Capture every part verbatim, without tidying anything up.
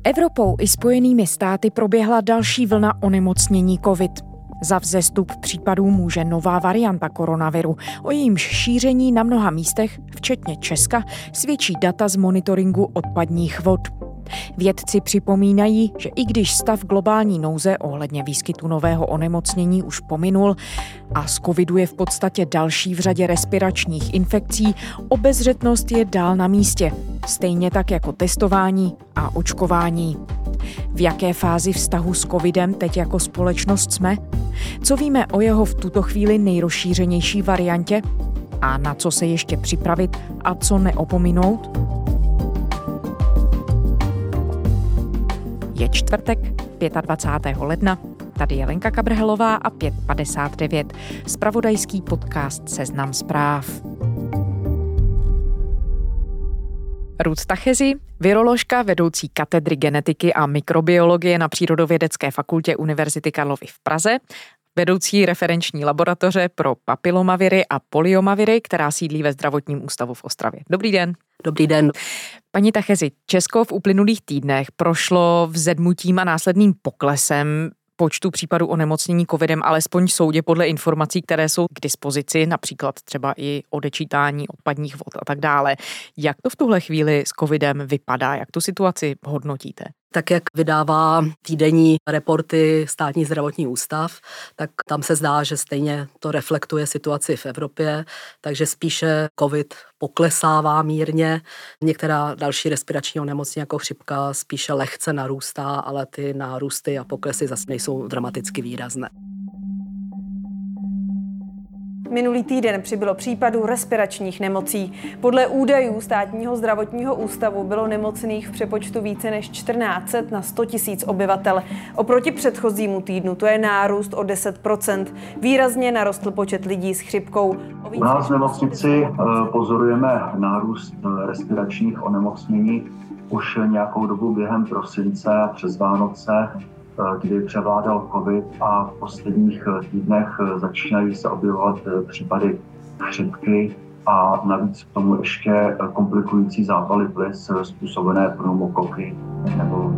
Evropou i Spojenými státy proběhla další vlna onemocnění covid. Za vzestup případů může nová varianta koronaviru. O jejímž šíření na mnoha místech, včetně Česka, svědčí data z monitoringu odpadních vod. Vědci připomínají, že i když stav globální nouze ohledně výskytu nového onemocnění už pominul a z covidu je v podstatě další v řadě respiračních infekcí, obezřetnost je dál na místě, stejně tak jako testování a očkování. V jaké fázi vztahu s covidem teď jako společnost jsme? Co víme o jeho v tuto chvíli nejrozšířenější variantě? A na co se ještě připravit a co neopominout? Je čtvrtek, dvacátého pátého ledna, tady je Lenka Kabrhelová a pět padesát devět, zpravodajský podcast Seznam zpráv. Ruth Tachezi, viroložka, vedoucí katedry genetiky a mikrobiologie na Přírodovědecké fakultě Univerzity Karlovy v Praze, vedoucí referenční laboratoře pro papilomaviry a poliomaviry, která sídlí ve Zdravotním ústavu v Ostravě. Dobrý den. Dobrý den. Paní Tachezi, Česko v uplynulých týdnech prošlo vzedmutím a následným poklesem počtu případů onemocnění covidem, alespoň soudě podle informací, které jsou k dispozici, například třeba i odečítání odpadních vod a tak dále. Jak to v tuhle chvíli s covidem vypadá? Jak tu situaci hodnotíte? Tak jak vydává týdenní reporty Státní zdravotní ústav, tak tam se zdá, že stejně to reflektuje situaci v Evropě, takže spíše covid poklesává mírně. Některá další respirační onemocnění jako chřipka spíše lehce narůstá, ale ty nárůsty a poklesy zase nejsou dramaticky výrazné. Minulý týden přibylo případů respiračních nemocí. Podle údajů Státního zdravotního ústavu bylo nemocných v přepočtu více než čtrnáct set na sto tisíc obyvatel. Oproti předchozímu týdnu to je nárůst o deset procent. Výrazně narostl počet lidí s chřipkou. U nás v nemocnici pozorujeme nárůst respiračních onemocnění už nějakou dobu během prosince a přes Vánoce, kdy převládal covid a v posledních týdnech začínají se objevovat případy chřipky a navíc k tomu ještě komplikující zápaly plic způsobené pneumokoky nebo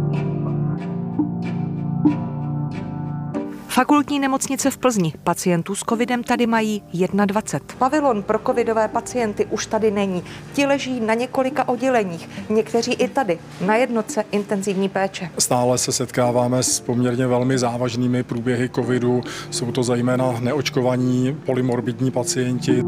Fakultní nemocnice v Plzni pacientů s covidem tady mají dvacet jedna. Pavilon pro covidové pacienty už tady není. Ti leží na několika odděleních, někteří i tady, na jednotce intenzivní péče. Stále se setkáváme s poměrně velmi závažnými průběhy covidu. Jsou to zejména neočkovaní polymorbidní pacienti.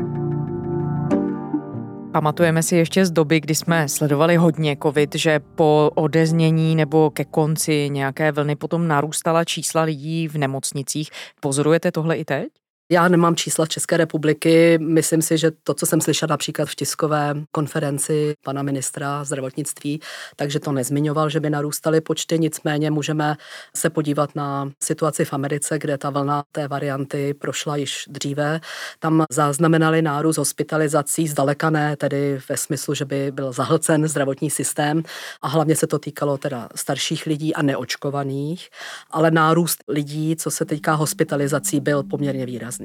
Pamatujeme si ještě z doby, kdy jsme sledovali hodně covid, že po odeznění nebo ke konci nějaké vlny potom narůstala čísla lidí v nemocnicích. Pozorujete tohle i teď? Já nemám čísla České republiky, myslím si, že to, co jsem slyšela například v tiskové konferenci pana ministra zdravotnictví, takže to nezmiňoval, že by narůstaly počty, nicméně můžeme se podívat na situaci v Americe, kde ta vlna té varianty prošla již dříve. Tam zaznamenali nárůst hospitalizací, zdaleka ne, tedy ve smyslu, že by byl zahlcen zdravotní systém a hlavně se to týkalo teda starších lidí a neočkovaných, ale nárůst lidí, co se týká hospitalizací, byl poměrně výrazný.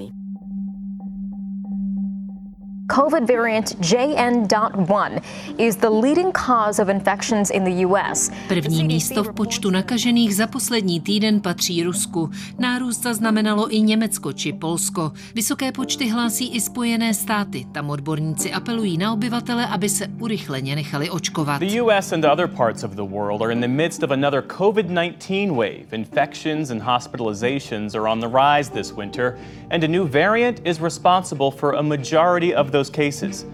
COVID variant J N one is the leading cause of infections in the U S. První místo v počtu nakažených za poslední týden patří Rusku. Nárůst zaznamenalo i Německo či Polsko. Vysoké počty hlásí i Spojené státy. Tam odborníci apelují na obyvatele, aby se urychleně nechali očkovat. The U S and other parts of the world are in the midst of another COVID nineteen wave. Infections and hospitalizations are on the rise this winter, and a new variant is responsible for a majority of those cases.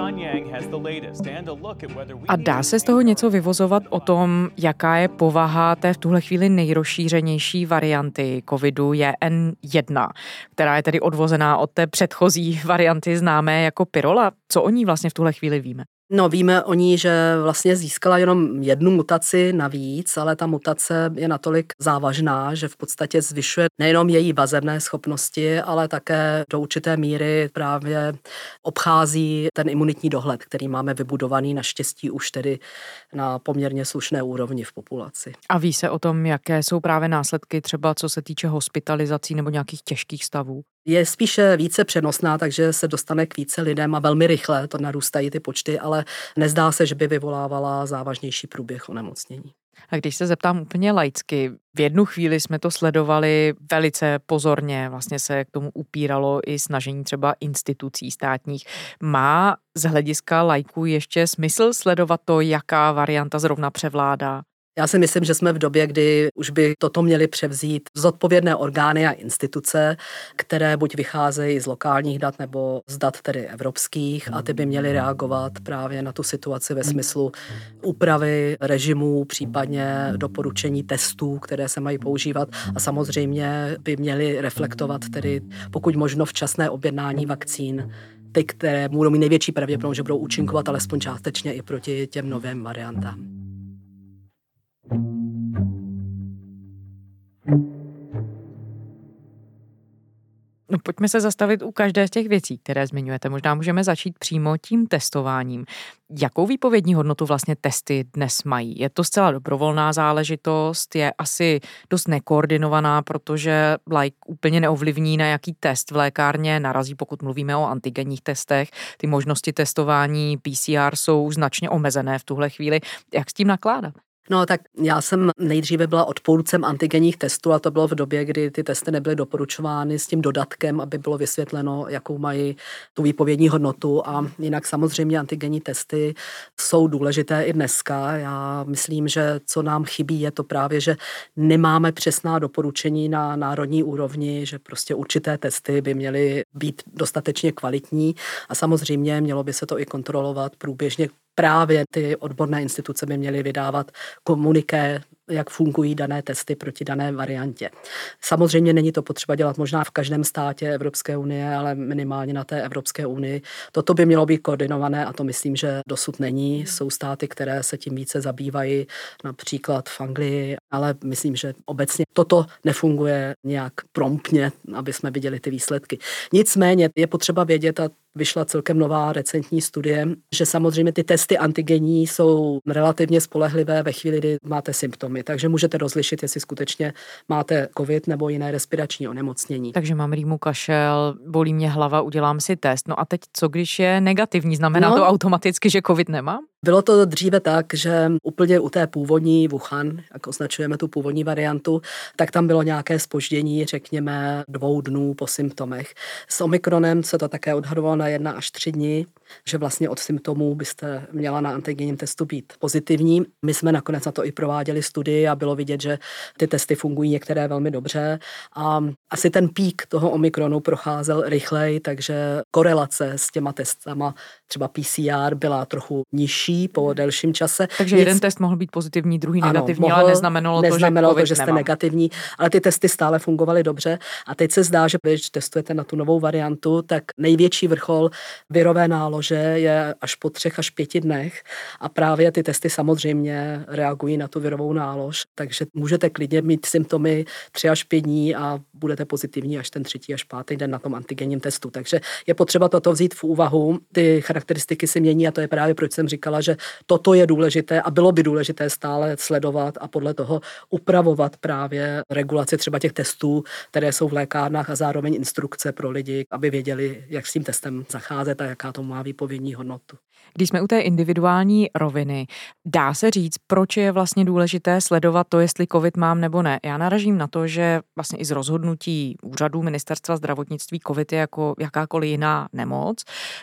A dá se z toho něco vyvozovat o tom, jaká je povaha té v tuhle chvíli nejrozšířenější varianty covidu J N jedna, která je tedy odvozená od té předchozí varianty známé jako pyrola? Co o ní vlastně v tuhle chvíli víme? No, víme o ní, že vlastně získala jenom jednu mutaci navíc, ale ta mutace je natolik závažná, že v podstatě zvyšuje nejenom její vazebné schopnosti, ale také do určité míry právě obchází ten imunitní dohled, který máme vybudovaný naštěstí už tedy na poměrně slušné úrovni v populaci. A ví se o tom, jaké jsou právě následky třeba co se týče hospitalizací nebo nějakých těžkých stavů? Je spíše více přenosná, takže se dostane k více lidem a velmi rychle to narůstají ty počty, ale nezdá se, že by vyvolávala závažnější průběh onemocnění. A když se zeptám úplně laicky, v jednu chvíli jsme to sledovali velice pozorně, vlastně se k tomu upíralo i snažení třeba institucí státních. Má z hlediska laiků ještě smysl sledovat to, jaká varianta zrovna převládá? Já si myslím, že jsme v době, kdy už by toto měly převzít zodpovědné orgány a instituce, které buď vycházejí z lokálních dat nebo z dat tedy evropských, a ty by měly reagovat právě na tu situaci ve smyslu úpravy režimů, případně doporučení testů, které se mají používat, a samozřejmě by měly reflektovat tedy pokud možno včasné objednání vakcín, ty, které budou mít největší pravděpodobnost, že budou účinkovat alespoň částečně i proti těm novým variantám. No, pojďme se zastavit u každé z těch věcí, které zmiňujete. Možná můžeme začít přímo tím testováním. Jakou výpovědní hodnotu vlastně testy dnes mají? Je to zcela dobrovolná záležitost, je asi dost nekoordinovaná, protože laik úplně neovlivní, na jaký test v lékárně narazí, pokud mluvíme o antigenních testech. Ty možnosti testování P C R jsou značně omezené v tuhle chvíli. Jak s tím nakládat? No tak já jsem nejdříve byla odpůrcem antigenních testů, a to bylo v době, kdy ty testy nebyly doporučovány s tím dodatkem, aby bylo vysvětleno, jakou mají tu výpovědní hodnotu, a jinak samozřejmě antigenní testy jsou důležité i dneska. Já myslím, že co nám chybí, je to právě, že nemáme přesná doporučení na národní úrovni, že prostě určité testy by měly být dostatečně kvalitní a samozřejmě mělo by se to i kontrolovat průběžně. Právě ty odborné instituce by měly vydávat komuniké, jak fungují dané testy proti dané variantě. Samozřejmě není to potřeba dělat možná v každém státě Evropské unie, ale minimálně na té Evropské unii. Toto by mělo být koordinované a to myslím, že dosud není. Jsou státy, které se tím více zabývají, například v Anglii, ale myslím, že obecně toto nefunguje nějak promptně, aby jsme viděli ty výsledky. Nicméně je potřeba vědět, a vyšla celkem nová recentní studie, že samozřejmě ty testy antigenní jsou relativně spolehlivé ve chvíli, kdy máte symptomy. Takže můžete rozlišit, jestli skutečně máte covid nebo jiné respirační onemocnění. Takže mám rýmu, kašel, bolí mě hlava, udělám si test. No a teď co, když je negativní? Znamená no, to automaticky, že covid nemám? Bylo to dříve tak, že úplně u té původní Wuhan, jak označujeme tu původní variantu, tak tam bylo nějaké zpoždění, řekněme, dvou dnů po symptomech. S Omikronem se to také odhadovalo na jedna až tři dny, že vlastně od symptomů byste měla na antigenním testu být pozitivní. My jsme nakonec na to i prováděli studii a bylo vidět, že ty testy fungují některé velmi dobře a asi ten pík toho Omikronu procházel rychleji, takže korelace s těma testama, třeba P C R, byla trochu nižší po delším čase. Takže Nic... jeden test mohl být pozitivní, druhý ano, negativní, mohl, ale neznamenalo, neznamenalo to, že, to, že jste negativní, ale ty testy stále fungovaly dobře a teď se zdá, že když testujete na tu novou variantu, tak největší vrchol virové nálože je až po třech až pěti dnech a právě ty testy samozřejmě reagují na tu virovou nálož, takže můžete klidně mít symptomy tři až pět dní a budete pozitivní až ten třetí až pátý den na tom antigenním testu. Takže je potřeba toto vzít v úvahu. Ty charakteristiky se mění a to je právě proč jsem říkala, že toto je důležité a bylo by důležité stále sledovat a podle toho upravovat právě regulaci třeba těch testů, které jsou v lékárnách a zároveň instrukce pro lidi, aby věděli, jak s tím testem zacházet a jaká to má výpovědní hodnotu. Když jsme u té individuální roviny, dá se říct, proč je vlastně důležité sledovat to, jestli covid mám nebo ne. Já naražím na to, že vlastně i z rozhodnutí úřadu Ministerstva zdravotnictví covid je jako jakákoliv jiná nemoc.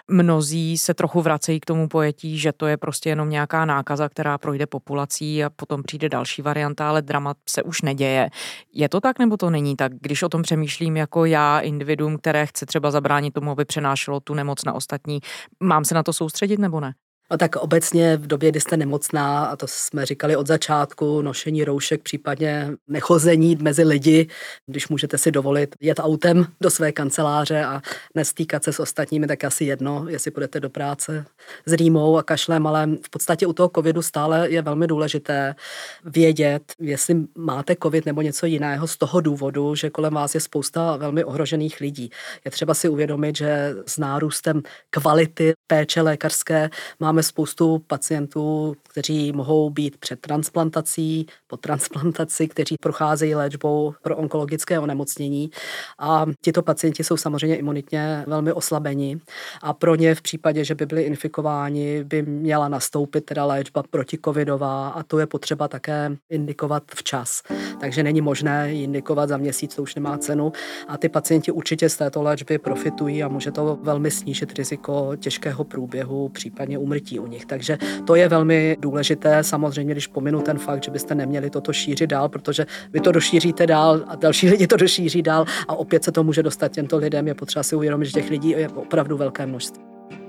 Mnozí se trochu vracejí k tomu pojetí, že to je prostě jenom nějaká nákaza, která projde populací a potom přijde další varianta, ale drama se už neděje. Je to tak nebo to není tak? Když o tom přemýšlím jako já, individuum, které chce třeba zabránit tomu, aby přenášelo tu nemoc na ostatní, mám se na to soustředit nebo ne? No tak obecně v době, kdy jste nemocná, a to jsme říkali od začátku, nošení roušek, případně nechození mezi lidi, když můžete si dovolit jet autem do své kanceláře a nestýkat se s ostatními, tak asi jedno, jestli půjdete do práce s rýmou a kašlem, ale v podstatě u toho covidu stále je velmi důležité vědět, jestli máte covid nebo něco jiného z toho důvodu, že kolem vás je spousta velmi ohrožených lidí. Je třeba si uvědomit, že s nárůstem kvality péče lékařské máme máme spoustu pacientů, kteří mohou být před transplantací, po transplantaci, kteří procházejí léčbou pro onkologické onemocnění a tito pacienti jsou samozřejmě imunitně velmi oslabení a pro ně v případě, že by byli infikováni, by měla nastoupit teda léčba protikovidová a to je potřeba také indikovat včas. Takže není možné ji indikovat za měsíc, to už nemá cenu a ty pacienti určitě z této léčby profitují a může to velmi snížit riziko těžkého průběhu, případně úmrtí u nich. Takže to je velmi důležité, samozřejmě, když pominu ten fakt, že byste neměli toto šířit dál, protože vy to došíříte dál a další lidi to došíří dál a opět se to může dostat těmto lidem. Je potřeba si uvědomit, že těch lidí je opravdu velké množství.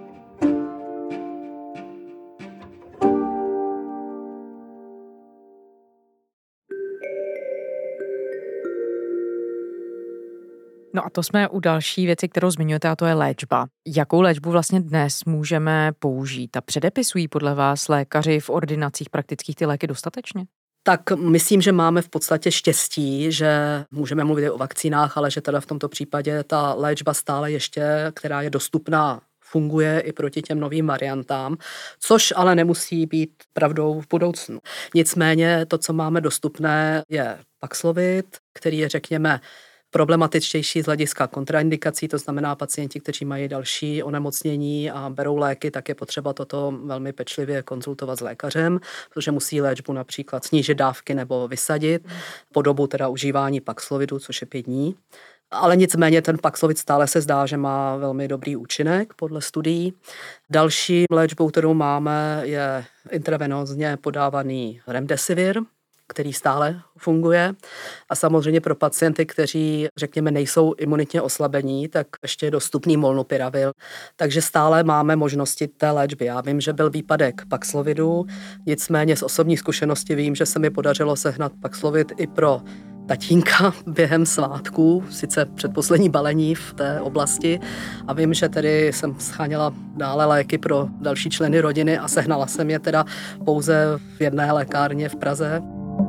No a to jsme u další věci, kterou zmiňujete, a to je léčba. Jakou léčbu vlastně dnes můžeme použít? A předepisují podle vás lékaři v ordinacích praktických ty léky dostatečně? Tak myslím, že máme v podstatě štěstí, že můžeme mluvit o vakcínách, ale že teda v tomto případě ta léčba stále ještě, která je dostupná, funguje i proti těm novým variantám, což ale nemusí být pravdou v budoucnu. Nicméně to, co máme dostupné, je Paxlovid, který je, řekněme, problematičtější z hlediska kontraindikací, to znamená pacienti, kteří mají další onemocnění a berou léky, tak je potřeba toto velmi pečlivě konzultovat s lékařem, protože musí léčbu například snížit dávky nebo vysadit po dobu teda užívání Paxlovidu, což je pět dní. Ale nicméně ten Paxlovid stále se zdá, že má velmi dobrý účinek podle studií. Další léčbou, kterou máme, je intravenózně podávaný Remdesivir, který stále funguje. A samozřejmě pro pacienty, kteří, řekněme, nejsou imunitně oslabení, tak ještě je dostupný Molnupiravir. Takže stále máme možnosti té léčby. Já vím, že byl výpadek Paxlovidu, nicméně z osobní zkušenosti vím, že se mi podařilo sehnat Paxlovid i pro tatínka během svátků, sice předposlední balení v té oblasti a vím, že tedy jsem scháněla dále léky pro další členy rodiny a sehnala jsem je teda pouze v jedné lékárně v Praze.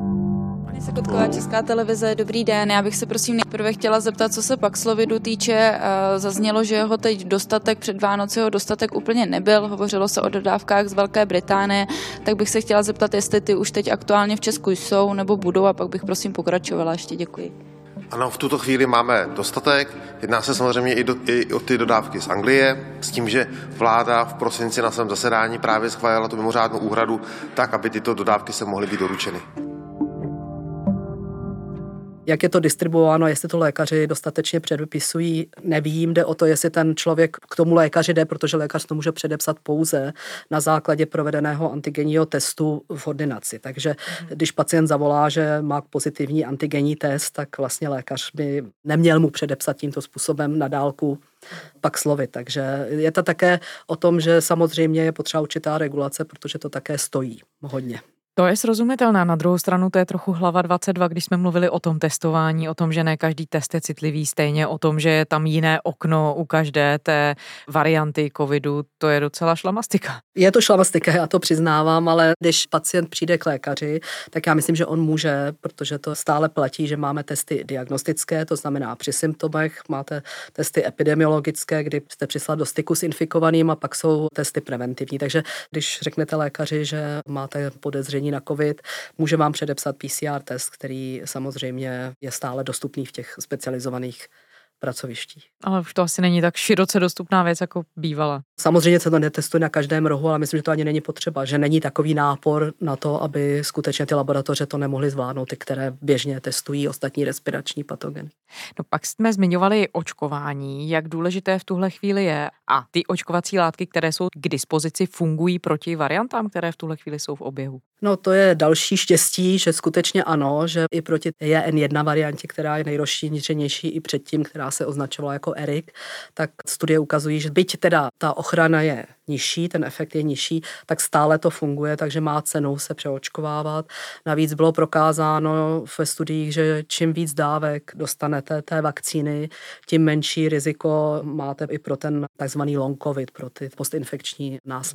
Sekotková, Česká televize, dobrý den. Já bych se prosím nejprve chtěla zeptat, co se Paxlovidu týče. Zaznělo, že ho teď dostatek, před Vánoci ho dostatek úplně nebyl, hovořilo se o dodávkách z Velké Británie, tak bych se chtěla zeptat, jestli ty už teď aktuálně v Česku jsou nebo budou a pak bych prosím pokračovala. Ještě děkuji. Ano, v tuto chvíli máme dostatek. Jedná se samozřejmě i, do, i o ty dodávky z Anglie, s tím, že vláda v prosinci na svém zasedání právě schválila tu mimořádnou úhradu tak, aby tyto dodávky se mohly být doručeny. Jak je to distribuováno, jestli to lékaři dostatečně předepisují, nevím. Jde o to, jestli ten člověk k tomu lékaři jde, protože lékař to může předepsat pouze na základě provedeného antigenního testu v ordinaci. Takže když pacient zavolá, že má pozitivní antigenní test, tak vlastně lékař by neměl mu předepsat tímto způsobem na dálku Paxlovid. Takže je to také o tom, že samozřejmě je potřeba určitá regulace, protože to také stojí hodně. To je srozumitelné. Na druhou stranu to je trochu hlava dvacet dva, když jsme mluvili o tom testování, o tom, že ne každý test je citlivý, stejně o tom, že je tam jiné okno u každé té varianty covidu. To je docela šlamastika. Je to šlamastika, já to přiznávám, ale když pacient přijde k lékaři, tak já myslím, že on může, protože to stále platí, že máme testy diagnostické, to znamená při symptomech, máte testy epidemiologické, kdy jste přišla do styku s infikovaným a pak jsou testy preventivní. Takže když řeknete lékaři, že máte podezření na covid, může vám předepsat P C R test, který samozřejmě je stále dostupný v těch specializovaných pracovištích. Ale už to asi není tak široce dostupná věc, jako bývala. Samozřejmě se to netestuje na každém rohu, ale myslím, že to ani není potřeba, že není takový nápor na to, aby skutečně ty laboratoře to nemohly zvládnout, ty, které běžně testují ostatní respirační patogeny. No pak jsme zmiňovali očkování, jak důležité v tuhle chvíli je a ty očkovací látky, které jsou k dispozici, fungují proti variantám, které v tuhle chvíli jsou v oběhu. No to je další štěstí, že skutečně ano, že i proti J N jedna variantě, která je nejrozšířenější i předtím, která se označovala jako E R I C, tak studie ukazují, že byť teda ta ochrana je nižší, ten efekt je nižší, tak stále to funguje, takže má cenu se přeočkovávat. Navíc bylo prokázáno ve studiích, že čím víc dávek dostanete té vakcíny, tím menší riziko máte i pro ten takzvaný long covid, pro ty postinfekční následky.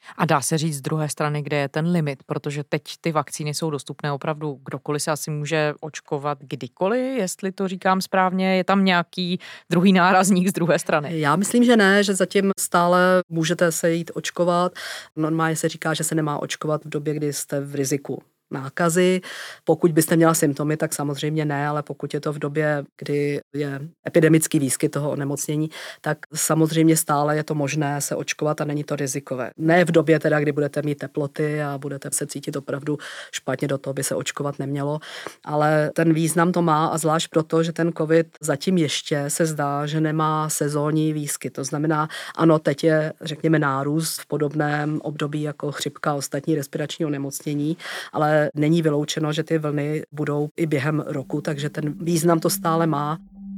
A dá se říct z druhé strany, kde je ten limit, protože teď ty vakcíny jsou dostupné opravdu, kdokoliv se asi může očkovat kdykoliv, jestli to říkám správně, je tam nějaký druhý nárazník z druhé strany? Já myslím, že ne, že zatím stále můžete se jít očkovat. Normálně se říká, že se nemá očkovat v době, kdy jste v riziku nákazy. Pokud byste měla symptomy, tak samozřejmě ne, ale pokud je to v době, kdy je epidemický výskyt toho onemocnění, tak samozřejmě stále je to možné se očkovat a není to rizikové. Ne v době teda, kdy budete mít teploty a budete se cítit opravdu špatně, do toho by se očkovat nemělo, ale ten význam to má a zvlášť proto, že ten covid zatím ještě se zdá, že nemá sezónní výskyt. To znamená, ano, teď je, řekněme, nárůst v podobném období jako chřipka a ostatní respirační onemocnění, ale není vyloučeno, že ty vlny budou i během roku, takže ten význam to stále má.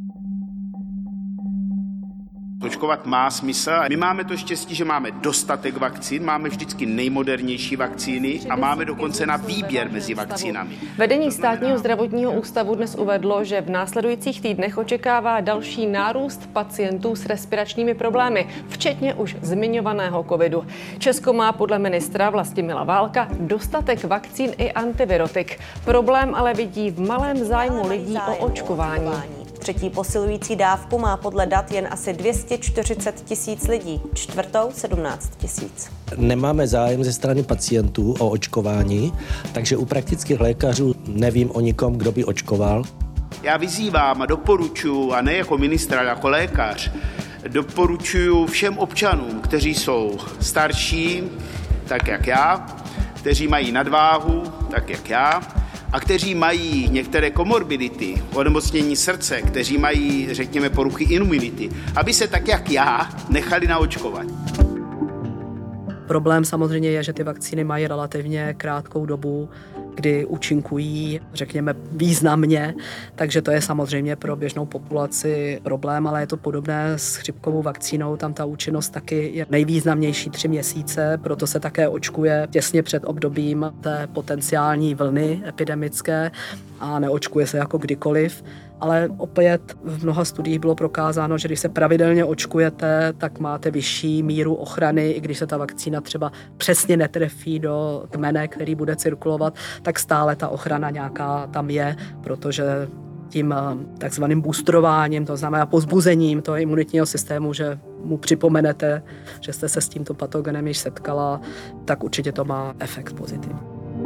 Očkovat má smysl. My máme to štěstí, že máme dostatek vakcín, máme vždycky nejmodernější vakcíny a máme dokonce na výběr mezi vakcínami. Vedení Státního zdravotního ústavu dnes uvedlo, že v následujících týdnech očekává další nárůst pacientů s respiračními problémy, včetně už zmiňovaného covidu. Česko má podle ministra Vlastimila Válka dostatek vakcín i antivirotik. Problém ale vidí v malém zájmu lidí o očkování. Třetí posilující dávku má podle dat jen asi dvě stě čtyřicet tisíc lidí, čtvrtou sedmnáct tisíc. Nemáme zájem ze strany pacientů o očkování, takže u praktických lékařů nevím o nikom, kdo by očkoval. Já vyzývám a doporučuji, a ne jako ministr, ale jako lékař, doporučuji všem občanům, kteří jsou starší, tak jak já, kteří mají nadváhu, tak jak já, a kteří mají některé komorbidity, onemocnění srdce, kteří mají, řekněme, poruchy imunity, aby se tak jak já nechali naočkovat. Problém samozřejmě je, že ty vakcíny mají relativně krátkou dobu, kdy účinkují, řekněme, významně, takže to je samozřejmě pro běžnou populaci problém, ale je to podobné s chřipkovou vakcínou, tam ta účinnost taky je nejvýznamnější tři měsíce, proto se také očkuje těsně před obdobím té potenciální vlny epidemické a neočkuje se jako kdykoliv. Ale opět v mnoha studiích bylo prokázáno, že když se pravidelně očkujete, tak máte vyšší míru ochrany, i když se ta vakcína třeba přesně netrefí do kmene, který bude cirkulovat, tak stále ta ochrana nějaká tam je, protože tím takzvaným boostrováním, to znamená pozbuzením toho imunitního systému, že mu připomenete, že jste se s tímto patogenem již setkala, tak určitě to má efekt pozitivní.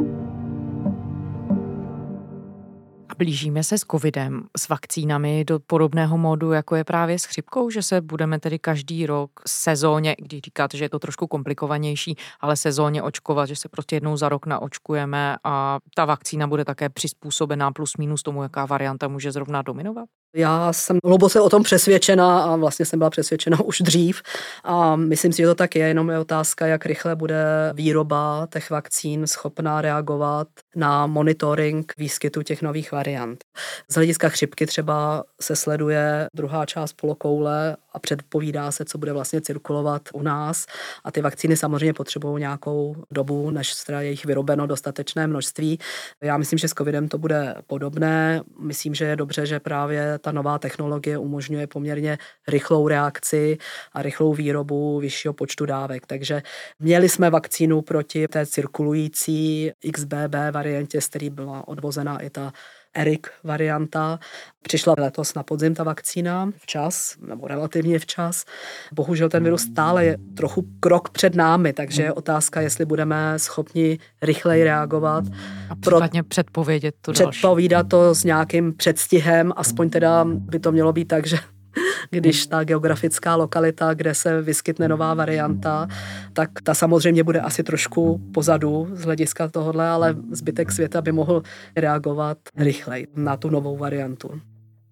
Blížíme se s covidem, s vakcínami do podobného módu, jako je právě s chřipkou, že se budeme tedy každý rok sezóně, když říkáte, že je to trošku komplikovanější, ale sezóně očkovat, že se prostě jednou za rok naočkujeme a ta vakcína bude také přizpůsobená plus minus tomu, jaká varianta může zrovna dominovat? Já jsem hluboce o tom přesvědčena a vlastně jsem byla přesvědčena už dřív a myslím si, že to tak je, jenom je otázka, jak rychle bude výroba těch vakcín schopná reagovat na monitoring výskytu těch nových variant. Z hlediska chřipky třeba se sleduje druhá část polokoule a předpovídá se, co bude vlastně cirkulovat u nás a ty vakcíny samozřejmě potřebují nějakou dobu, než je jich vyrobeno dostatečné množství. Já myslím, že s covidem to bude podobné. Myslím, že je dobře, že právě ta nová technologie umožňuje poměrně rychlou reakci a rychlou výrobu vyššího počtu dávek. Takže měli jsme vakcínu proti té cirkulující X B B variantě, z který byla odvozena i ta Erik varianta. Přišla letos na podzim ta vakcína včas, nebo relativně včas. Bohužel ten virus stále je trochu krok před námi, takže je otázka, jestli budeme schopni rychleji reagovat. A případně pro... předpovědět to další. Předpovídat to s nějakým předstihem, aspoň teda by to mělo být tak, že když ta geografická lokalita, kde se vyskytne nová varianta, tak ta samozřejmě bude asi trošku pozadu z hlediska tohohle, ale zbytek světa by mohl reagovat rychleji na tu novou variantu.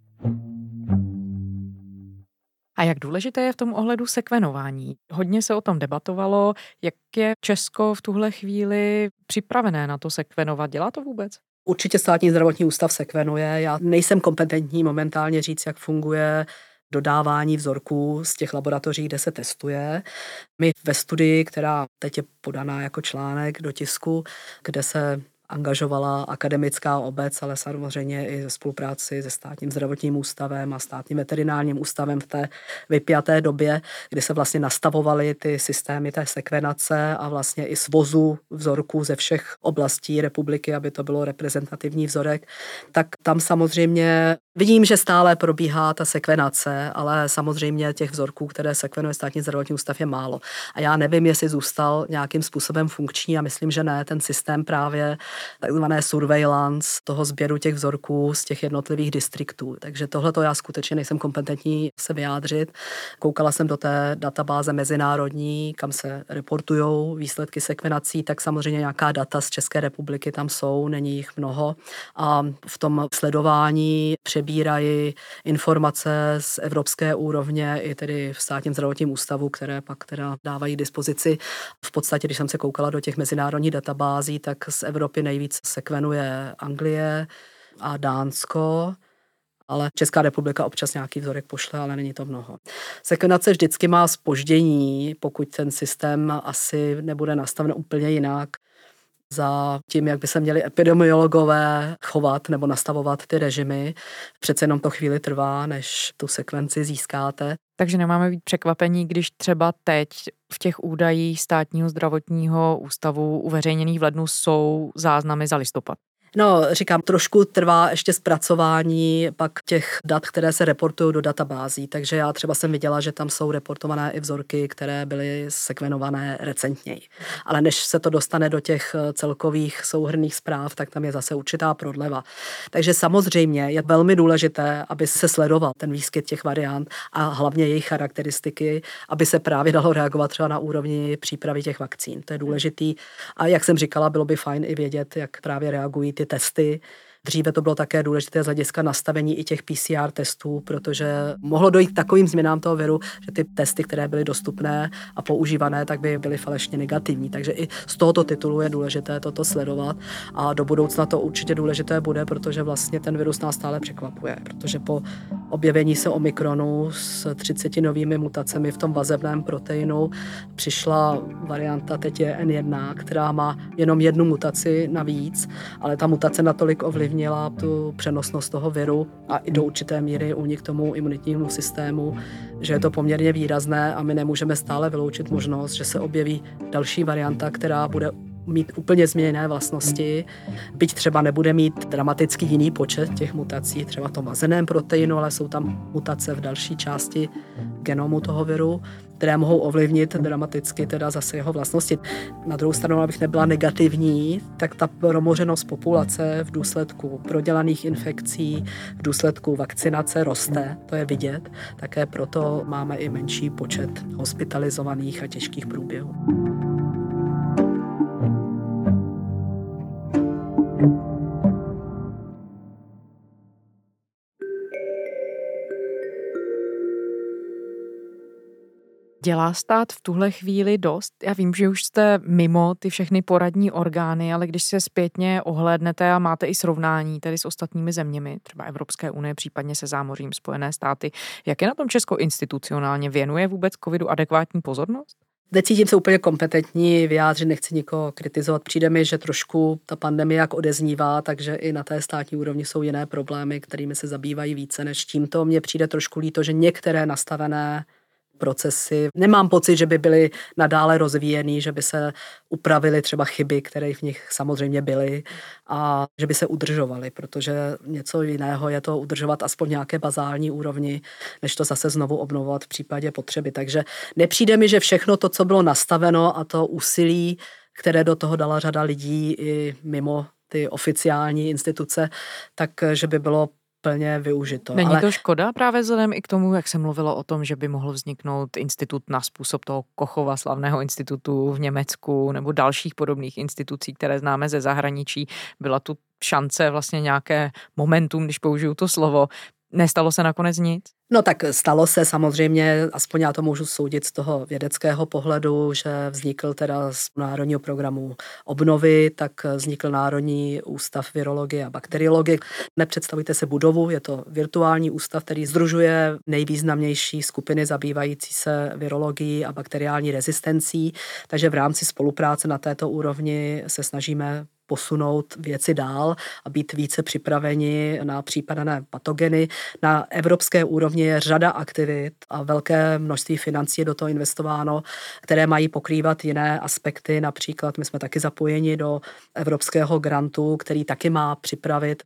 A jak důležité je v tom ohledu sekvenování? Hodně se o tom debatovalo, jak je Česko v tuhle chvíli připravené na to sekvenovat. Dělá to vůbec? Určitě Státní zdravotní ústav sekvenuje. Já nejsem kompetentní momentálně říct, jak funguje dodávání vzorků z těch laboratoří, kde se testuje. My ve studii, která teď je podaná jako článek do tisku, kde se angažovala akademická obec, ale samozřejmě i ze spolupráci se státním zdravotním ústavem a státním veterinárním ústavem v té vypjaté době, kdy se vlastně nastavovaly ty systémy té sekvenace a vlastně i svozu vzorků ze všech oblastí republiky, aby to bylo reprezentativní vzorek, tak tam samozřejmě vidím, že stále probíhá ta sekvenace, ale samozřejmě těch vzorků, které sekvenuje státní zdravotní ústav, je málo. A já nevím, jestli zůstal nějakým způsobem funkční a myslím, že ne, ten systém právě takzvané surveillance toho sběru těch vzorků z těch jednotlivých distriktů. Takže tohleto já skutečně nejsem kompetentní se vyjádřit. Koukala jsem do té databáze mezinárodní, kam se reportujou výsledky sekvenací, tak samozřejmě nějaká data z České republiky tam jsou, není jich mnoho. A v tom sledování přebírají informace z evropské úrovně i tedy v státním zdravotním ústavu, které pak teda dávají k dispozici. V podstatě, když jsem se koukala do těch mezinárodních databází, tak z Evropy nejvíc sekvenuje Anglie a Dánsko, ale Česká republika občas nějaký vzorek pošle, ale není to mnoho. Sekvenace vždycky má zpoždění, pokud ten systém asi nebude nastaven úplně jinak. Za tím, jak by se měli epidemiologové chovat nebo nastavovat ty režimy. Přece jenom to chvíli trvá, než tu sekvenci získáte. Takže nemáme být překvapení, když třeba teď v těch údajích státního zdravotního ústavu uveřejněných v lednu jsou záznamy za listopad. No, říkám, trošku trvá ještě zpracování pak těch dat, které se reportují do databází, takže já třeba jsem viděla, že tam jsou reportované i vzorky, které byly sekvenované recentněji. Ale než se to dostane do těch celkových souhrnných zpráv, tak tam je zase určitá prodleva. Takže samozřejmě je velmi důležité, aby se sledoval ten výskyt těch variant a hlavně jejich charakteristiky, aby se právě dalo reagovat třeba na úrovni přípravy těch vakcín. To je důležitý. A jak jsem říkala, bylo by fajn i vědět, jak právě reagují ty testy. Dříve to bylo také důležité z hlediska nastavení i těch P C R testů, protože mohlo dojít k takovým změnám toho viru, že ty testy, které byly dostupné a používané, tak by byly falešně negativní. Takže i z tohoto titulu je důležité toto sledovat a do budoucna to určitě důležité bude, protože vlastně ten virus nás stále překvapuje, protože po objevení se Omikronu s třiceti novými mutacemi v tom vazebném proteinu přišla varianta, teď je N jedna, která má jenom jednu mutaci navíc, ale ta mutace natolik ovlivní měla tu přenosnost toho viru a i do určité míry únik tomu imunitnímu systému, že je to poměrně výrazné a my nemůžeme stále vyloučit možnost, že se objeví další varianta, která bude mít úplně změněné vlastnosti, byť třeba nebude mít dramaticky jiný počet těch mutací, třeba v tom mazeném proteinu, ale jsou tam mutace v další části genomu toho viru, které mohou ovlivnit dramaticky teda zase jeho vlastnosti. Na druhou stranu, abych nebyla negativní, tak ta promořenost populace v důsledku prodělaných infekcí, v důsledku vakcinace roste, to je vidět, také proto máme i menší počet hospitalizovaných a těžkých průběhů. Dělá stát v tuhle chvíli dost? Já vím, že už jste mimo ty všechny poradní orgány, ale když se zpětně ohlédnete a máte i srovnání tedy s ostatními zeměmi, třeba Evropské unie, případně se zámořím Spojené státy, jak je na tom Česko institucionálně? Věnuje vůbec covidu adekvátní pozornost? Necítím se úplně kompetentní vyjádřit, nechci nikoho kritizovat. Přijde mi, že trošku ta pandemie jak odeznívá, takže i na té státní úrovni jsou jiné problémy, kterými se zabývají více než tímto. Mně přijde trošku líto, že některé nastavené procesy. Nemám pocit, že by byly nadále rozvíjený, že by se upravily třeba chyby, které v nich samozřejmě byly a že by se udržovaly, protože něco jiného je to udržovat aspoň nějaké bazální úrovni, než to zase znovu obnovovat v případě potřeby. Takže nepřijde mi, že všechno to, co bylo nastaveno a to úsilí, které do toho dala řada lidí i mimo ty oficiální instituce, tak že by bylo plně využito. Není Ale to škoda právě vzhledem i k tomu, jak se mluvilo o tom, že by mohl vzniknout institut na způsob toho Kochova slavného institutu v Německu nebo dalších podobných institucí, které známe ze zahraničí. Byla tu šance vlastně nějaké momentum, když použiju to slovo. Nestalo se nakonec nic? No tak stalo se samozřejmě, aspoň já to můžu soudit z toho vědeckého pohledu, že vznikl teda z Národního programu obnovy, tak vznikl Národní ústav virologie a bakteriologie. Nepředstavujte se budovu, je to virtuální ústav, který sdružuje nejvýznamnější skupiny zabývající se virologií a bakteriální rezistencí, takže v rámci spolupráce na této úrovni se snažíme posunout věci dál a být více připraveni na případné patogeny. Na evropské úrovni je řada aktivit a velké množství financí je do toho investováno, které mají pokrývat jiné aspekty. Například my jsme taky zapojeni do evropského grantu, který taky má připravit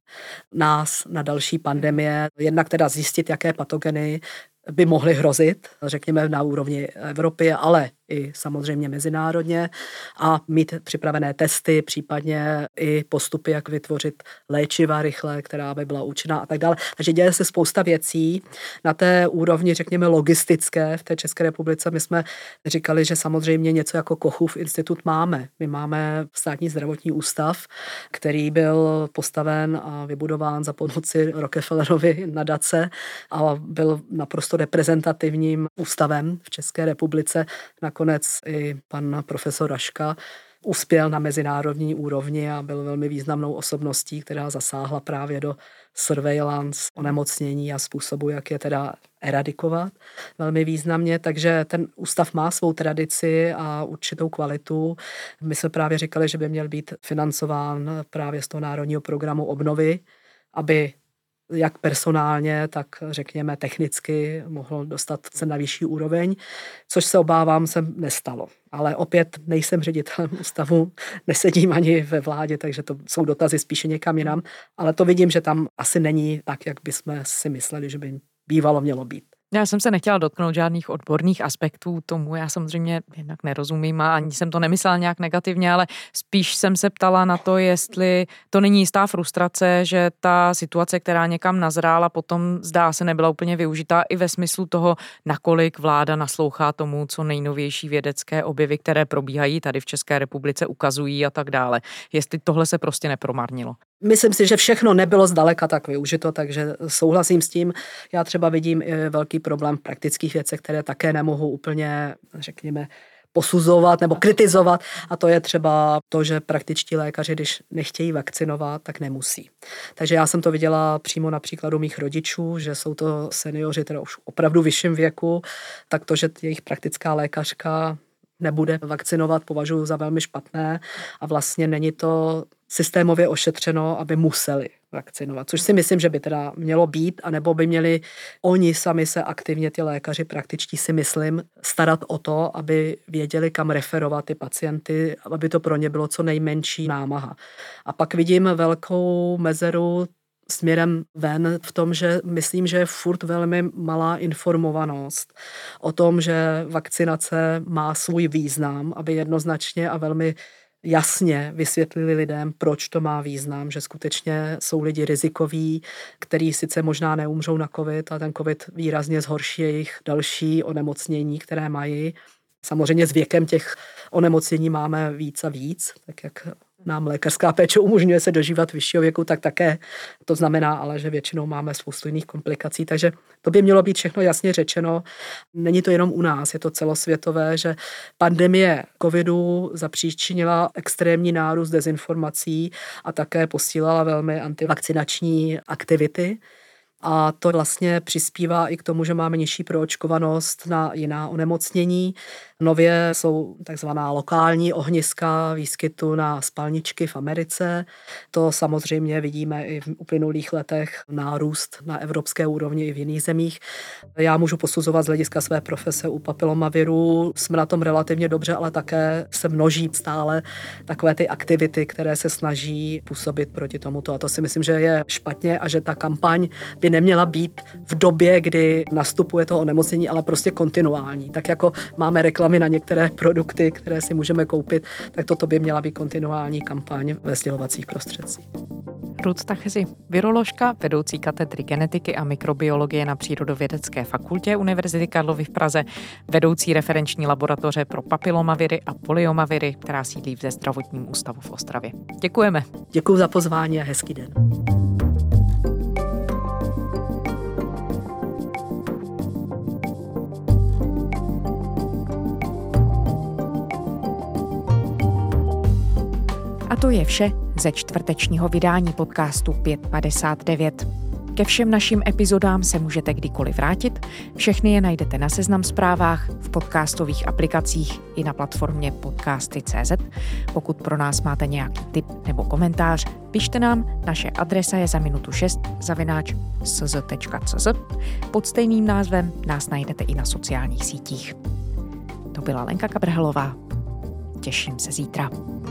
nás na další pandemie. Jednak teda zjistit, jaké patogeny by mohly hrozit, řekněme na úrovni Evropy, ale i samozřejmě mezinárodně a mít připravené testy, případně i postupy, jak vytvořit léčiva rychle, která by byla účinná a tak dále. Takže děje se spousta věcí. Na té úrovni, řekněme, logistické v té České republice my jsme říkali, že samozřejmě něco jako Kochův institut máme. My máme státní zdravotní ústav, který byl postaven a vybudován za pomoci Rockefellerovy nadace a byl naprosto reprezentativním ústavem v České republice. Nakonec i pan profesor Raška uspěl na mezinárodní úrovni a byl velmi významnou osobností, která zasáhla právě do surveillance onemocnění a způsobu, jak je teda eradikovat velmi významně. Takže ten ústav má svou tradici a určitou kvalitu. My jsme právě říkali, že by měl být financován právě z toho národního programu obnovy, aby jak personálně, tak řekněme technicky mohl dostat se na vyšší úroveň, což se obávám se nestalo. Ale opět nejsem ředitelem ústavu, nesedím ani ve vládě, takže to jsou dotazy spíše někam jinam, ale to vidím, že tam asi není tak, jak bychom si mysleli, že by bývalo mělo být. Já jsem se nechtěla dotknout žádných odborných aspektů tomu, já samozřejmě jednak nerozumím a ani jsem to nemyslela nějak negativně, ale spíš jsem se ptala na to, jestli to není jistá frustrace, že ta situace, která někam nazrála, potom zdá se nebyla úplně využitá i ve smyslu toho, nakolik vláda naslouchá tomu, co nejnovější vědecké objevy, které probíhají tady v České republice, ukazují a tak dále. Jestli tohle se prostě nepromarnilo. Myslím si, že všechno nebylo zdaleka tak využito, takže souhlasím s tím. Já třeba vidím i velký problém v praktických věcech, které také nemohu úplně, řekněme, posuzovat nebo kritizovat. A to je třeba to, že praktičtí lékaři, když nechtějí vakcinovat, tak nemusí. Takže já jsem to viděla přímo na příkladu mých rodičů, že jsou to seniori, teda už opravdu vyšším věku, tak to, že jejich praktická lékařka nebude vakcinovat, považuji za velmi špatné a vlastně není to systémově ošetřeno, aby museli vakcinovat, což si myslím, že by teda mělo být, anebo by měli oni sami se aktivně, ty lékaři praktičtí si myslím, starat o to, aby věděli, kam referovat ty pacienty, aby to pro ně bylo co nejmenší námaha. A pak vidím velkou mezeru směrem ven v tom, že myslím, že je furt velmi malá informovanost o tom, že vakcinace má svůj význam, aby jednoznačně a velmi jasně vysvětlili lidem, proč to má význam, že skutečně jsou lidi rizikoví, kteří sice možná neumřou na covid, ale ten covid výrazně zhorší jejich další onemocnění, které mají. Samozřejmě s věkem těch onemocnění máme víc a víc, tak jak nám lékařská péče umožňuje se dožívat vyššího věku, tak také to znamená ale, že většinou máme spoustu jiných komplikací, takže to by mělo být všechno jasně řečeno. Není to jenom u nás, je to celosvětové, že pandemie covidu zapříčinila extrémní nárůst dezinformací a také posílala velmi antivakcinační aktivity. A to vlastně přispívá i k tomu, že máme nižší proočkovanost na jiná onemocnění. Nově jsou takzvaná lokální ohniska výskytu na spalničky v Americe. To samozřejmě vidíme i v uplynulých letech nárůst na evropské úrovni i v jiných zemích. Já můžu posuzovat z hlediska své profese u papilomaviru. Jsme na tom relativně dobře, ale také se množí stále takové ty aktivity, které se snaží působit proti tomuto. A to si myslím, že je špatně a že ta kampaň by neměla být v době, kdy nastupuje to onemocnění, ale prostě kontinuální. Tak jako máme reklamy na některé produkty, které si můžeme koupit, tak toto by měla být kontinuální kampaň ve sdělovacích prostředcích. Ruth Tachezi, viroložka, vedoucí katedry genetiky a mikrobiologie na Přírodovědecké fakultě Univerzity Karlovy v Praze, vedoucí referenční laboratoře pro papilomaviry a poliomaviry, která sídlí v Zdravotním ústavu v Ostravě. Děkujeme. Děkuji za pozvání a hezký den. A to je vše ze čtvrtečního vydání podcastu pět padesát devět. Ke všem našim epizodám se můžete kdykoliv vrátit. Všechny je najdete na Seznam Zprávách, v podcastových aplikacích i na platformě podcasty tečka cé zet. Pokud pro nás máte nějaký tip nebo komentář, pište nám, naše adresa je za minutu šest zavináč s z tečka c z. Pod stejným názvem nás najdete i na sociálních sítích. To byla Lenka Kabrhelová. Těším se zítra.